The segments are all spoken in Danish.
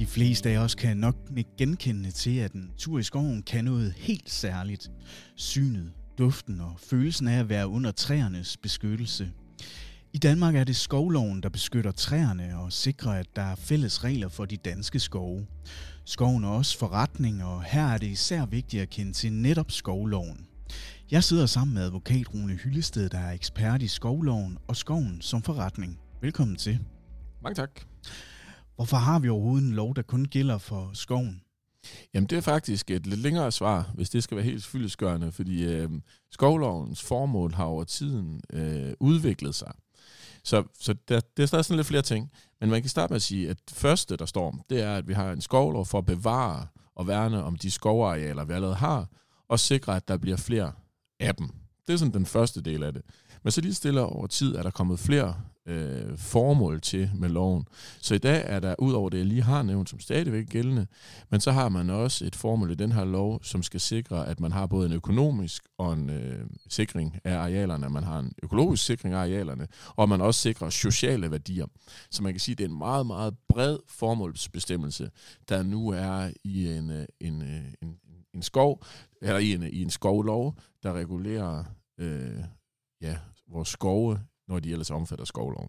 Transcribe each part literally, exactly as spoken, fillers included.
De fleste af os kan nok genkende til, at en tur i skoven kan noget helt særligt. Synet, duften og følelsen af at være under træernes beskyttelse. I Danmark er det skovloven, der beskytter træerne og sikrer, at der er fælles regler for de danske skove. Skoven er også forretning, og her er det især vigtigt at kende til netop skovloven. Jeg sidder sammen med advokat Rune Hyllested, der er ekspert i skovloven og skoven som forretning. Velkommen til. Mange tak. Hvorfor har vi overhovedet en lov, der kun gælder for skoven? Jamen det er faktisk et lidt længere svar, hvis det skal være helt fyldestgørende, fordi øh, skovlovens formål har over tiden øh, udviklet sig. Så, så der, der er stadig sådan lidt flere ting, men man kan starte med at sige, at det første, der står, det er, at vi har en skovlov for at bevare og værne om de skovarealer, vi allerede har, og sikre, at der bliver flere af dem. Det er sådan den første del af det. Men så lige stille over tid er der kommet flere øh, formål til med loven. Så i dag er der, ud over det, jeg lige har nævnt, som stadigvæk gældende, men så har man også et formål i den her lov, som skal sikre, at man har både en økonomisk og en øh, sikring af arealerne, man har en økologisk sikring af arealerne, og man også sikrer sociale værdier. Så man kan sige, at det er en meget, meget bred formålsbestemmelse, der nu er i en, en, en, en, en skov, eller i en, i en skovlov, der regulerer øh, ja, vores skove, når de ellers omfatter skovloven.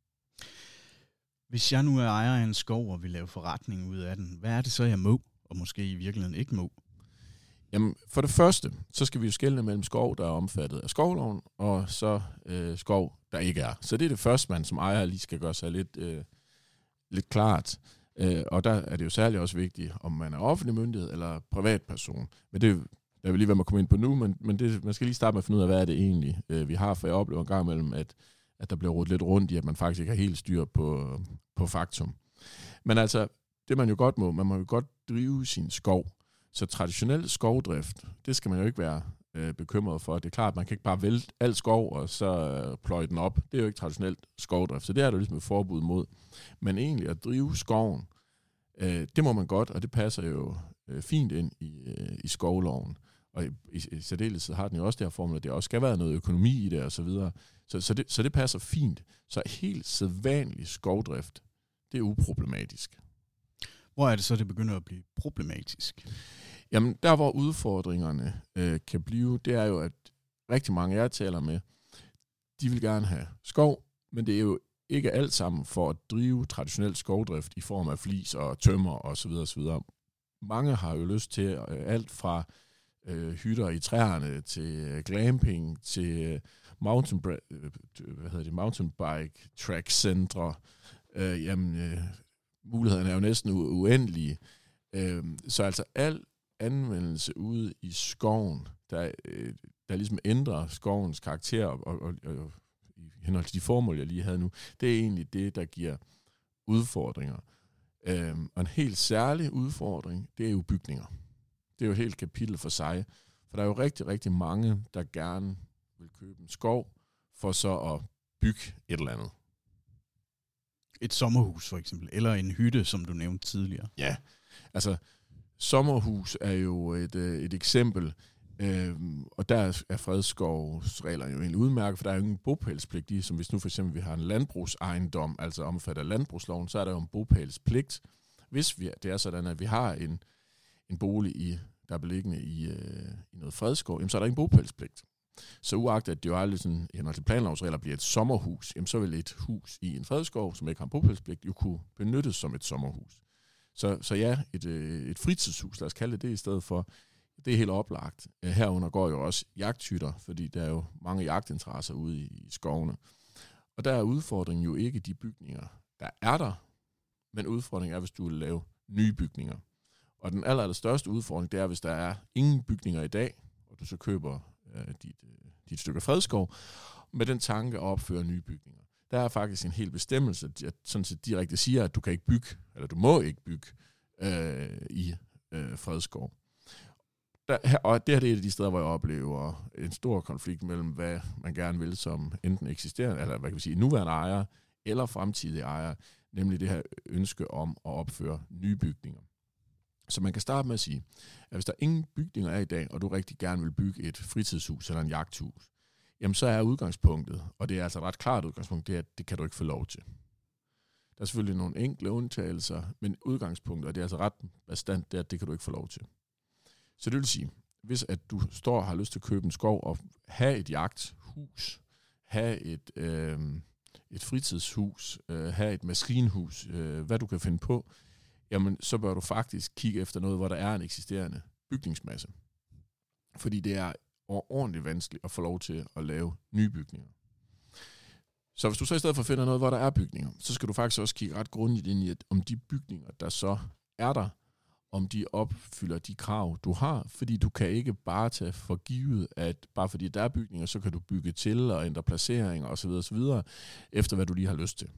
Hvis jeg nu er ejer af en skov og vil lave forretning ud af den, hvad er det så, jeg må, og måske i virkeligheden ikke må? Jamen, for det første, så skal vi jo skelne mellem skov, der er omfattet af skovloven, og så øh, skov, der ikke er. Så det er det første, man som ejer lige skal gøre sig lidt, øh, lidt klart. Øh, og der er det jo særligt også vigtigt, om man er offentlig myndighed eller privatperson. Men det jeg vil lige være med at komme ind på nu, men, men det, man skal lige starte med at finde ud af, hvad er det egentlig, øh, vi har, for jeg oplever en gang imellem, at, at der bliver rodet lidt rundt i, at man faktisk ikke har helt styr på, på faktum. Men altså, det man jo godt må, man må jo godt drive sin skov. Så traditionel skovdrift, det skal man jo ikke være øh, bekymret for. Det er klart, at man kan ikke bare vælte al skov og så øh, pløje den op. Det er jo ikke traditionelt skovdrift, så det er der ligesom et forbud mod. Men egentlig at drive skoven, øh, det må man godt, og det passer jo øh, fint ind i, øh, i skovloven. Og i, i, i særdeleshed har den jo også det her formål, at det også skal være noget økonomi i det og så videre. Så, så, det, så det passer fint. Så helt sædvanlig skovdrift, det er uproblematisk. Hvor er det så, det begynder at blive problematisk? Jamen, der hvor udfordringerne øh, kan blive, det er jo, at rigtig mange, jeg taler med, de vil gerne have skov, men det er jo ikke alt sammen for at drive traditionel skovdrift i form af flis og tømmer og så videre og så videre. Mange har jo lyst til øh, alt fra øh, hytter i træerne til øh, glamping til øh, mountain, øh, hvad hedder det, mountainbike track centre. Øh, jamen, øh, mulighederne er jo næsten u- uendelige. Øh, så altså al anvendelse ude i skoven, der, øh, der ligesom ændrer skovens karakter og, og, og, og i henhold til de formål, jeg lige havde nu, det er egentlig det, der giver udfordringer. Øh, og en helt særlig udfordring, det er jo bygninger. Det er jo et helt kapitel for sig. For der er jo rigtig, rigtig mange, der gerne vil købe en skov, for så at bygge et eller andet. Et sommerhus for eksempel, eller en hytte, som du nævnte tidligere. Ja, altså sommerhus er jo et, et eksempel, øhm, og der er fredskovsreglerne jo egentlig udmærket, for der er jo ingen bopælspligt i, som hvis nu for eksempel vi har en landbrugsejendom, altså omfatter landbrugsloven, så er der jo en bopælspligt. Hvis vi, det er sådan, at vi har en, en bolig, i, der er beliggende i, øh, i noget fredskov, jamen, så er der ingen bopælspligt. Så uagtet, at det jo aldrig sådan, når til planlovsregler bliver et sommerhus, jamen, så vil et hus i en fredskov, som ikke har en bopælspligt, jo kunne benyttes som et sommerhus. Så, så ja, et, et fritidshus, lad os kalde det det i stedet for, det er helt oplagt. Herunder går jo også jagthytter, fordi der er jo mange jagtinteresser ude i, i skovene. Og der er udfordringen jo ikke de bygninger, der er der, men udfordringen er, hvis du vil lave nye bygninger. Og den aller, aller største udfordring, det er, hvis der er ingen bygninger i dag, og du så køber øh, dit, øh, dit stykke fredskov, med den tanke at opføre nye bygninger. Der er faktisk en hel bestemmelse, der sådan set direkte siger, at du kan ikke bygge, eller du må ikke bygge øh, i øh, fredskov. Der, og det her det er et af de steder, hvor jeg oplever en stor konflikt mellem, hvad man gerne vil som enten eksisterende, eller hvad kan vi sige, nuværende ejer, eller fremtidige ejer, nemlig det her ønske om at opføre nye bygninger. Så man kan starte med at sige, at hvis der ingen bygninger er i dag, og du rigtig gerne vil bygge et fritidshus eller en jagthus, jamen så er udgangspunktet, og det er altså et ret klart udgangspunkt, det er, at det kan du ikke få lov til. Der er selvfølgelig nogle enkle undtagelser, men udgangspunktet, og det er altså ret bastant, det er, at det kan du ikke få lov til. Så det vil sige, hvis at du står og har lyst til at købe en skov og have et jagthus, have et, øh, et fritidshus, øh, have et maskinhus, øh, hvad du kan finde på, jamen så bør du faktisk kigge efter noget, hvor der er en eksisterende bygningsmasse. Fordi det er ordentligt vanskeligt at få lov til at lave nye bygninger. Så hvis du så i stedet for finder noget, hvor der er bygninger, så skal du faktisk også kigge ret grundigt ind i, at om de bygninger, der så er der, om de opfylder de krav, du har, fordi du kan ikke bare tage for givet, at bare fordi der er bygninger, så kan du bygge til og ændre placeringer osv. osv., efter hvad du lige har lyst til.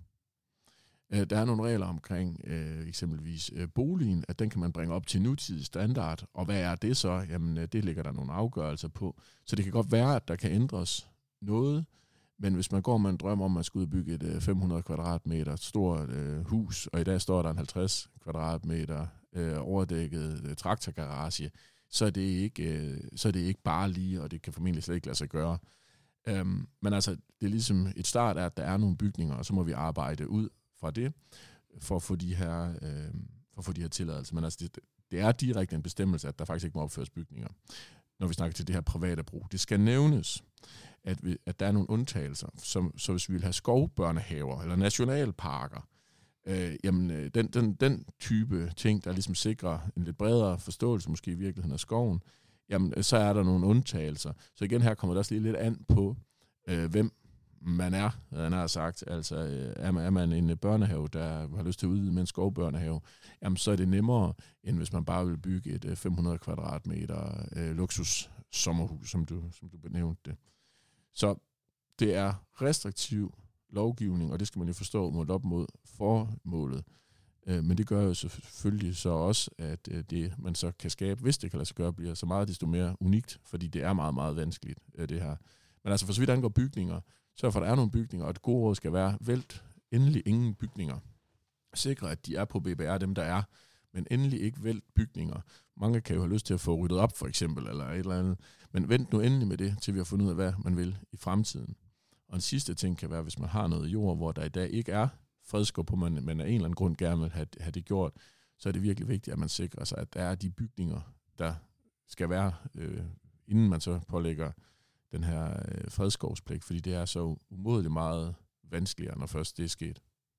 Der er nogle regler omkring øh, eksempelvis øh, boligen, at den kan man bringe op til nutidig standard, og hvad er det så? Jamen, det ligger der nogle afgørelser på. Så det kan godt være, at der kan ændres noget, men hvis man går med en drøm om, at man skal ud og bygge et øh, fem hundrede kvadratmeter stort øh, hus, og i dag står der en halvtreds kvadratmeter øh, overdækket øh, traktorgarage, så er, det ikke, øh, så er det ikke bare lige, og det kan formentlig slet ikke lade sig gøre. Øhm, men altså, det er ligesom et start af, at der er nogle bygninger, og så må vi arbejde ud fra det, for at få de her, øh, for at få de her tilladelser. Men altså, det, det er direkte en bestemmelse, at der faktisk ikke må opføres bygninger, når vi snakker til det her private brug. Det skal nævnes, at, vi, at der er nogle undtagelser, som, så hvis vi vil have skovbørnehaver eller nationalparker, øh, jamen den, den, den type ting, der ligesom sikrer en lidt bredere forståelse måske i virkeligheden af skoven, jamen så er der nogle undtagelser. Så igen her kommer det også lige lidt an på, øh, hvem man er, han har sagt. Altså, er man, er man en børnehave, der har lyst til at udvide med en skovbørnehave, jamen så er det nemmere, end hvis man bare vil bygge et fem hundrede kvadratmeter øh, luksus sommerhus, som du, som du benævnte det. Så det er restriktiv lovgivning, og det skal man jo forstå målt op mod formålet. Øh, men det gør jo selvfølgelig så også, at øh, det, man så kan skabe, hvis det kan lade sig gøre, bliver så meget desto mere unikt, fordi det er meget, meget vanskeligt, øh, det her. Men altså for så vidt angår bygninger, så for at der er nogle bygninger, og et god råd skal være, vælt endelig ingen bygninger. Sikre, at de er på B B R, dem der er, men endelig ikke vælt bygninger. Mange kan jo have lyst til at få ryddet op, for eksempel, eller et eller andet. Men vent nu endelig med det, til vi har fundet ud af, hvad man vil i fremtiden. Og en sidste ting kan være, hvis man har noget jord, hvor der i dag ikke er fredskov på, man, men af en eller anden grund gerne vil have, have det gjort, så er det virkelig vigtigt, at man sikrer sig, at der er de bygninger, der skal være, øh, inden man så pålægger den her øh, fredskovspligt, fordi det er så umådeligt meget vanskeligere, når først det er sket.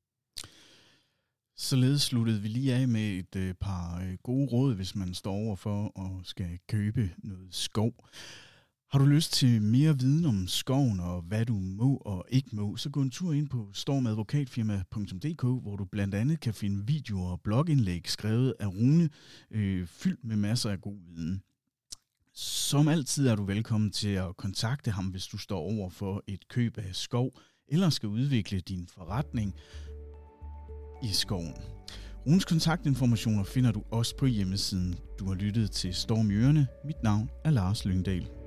Således sluttede vi lige af med et øh, par øh, gode råd, hvis man står over for og skal købe noget skov. Har du lyst til mere viden om skoven og hvad du må og ikke må, så gå en tur ind på stormadvokatfirma punktum d k, hvor du blandt andet kan finde videoer og blogindlæg skrevet af Rune, øh, fyldt med masser af god viden. Som altid er du velkommen til at kontakte ham, hvis du står over for et køb af skov, eller skal udvikle din forretning i skoven. Runes kontaktinformationer finder du også på hjemmesiden. Du har lyttet til Storm i Ørene. Mit navn er Lars Lyngdal.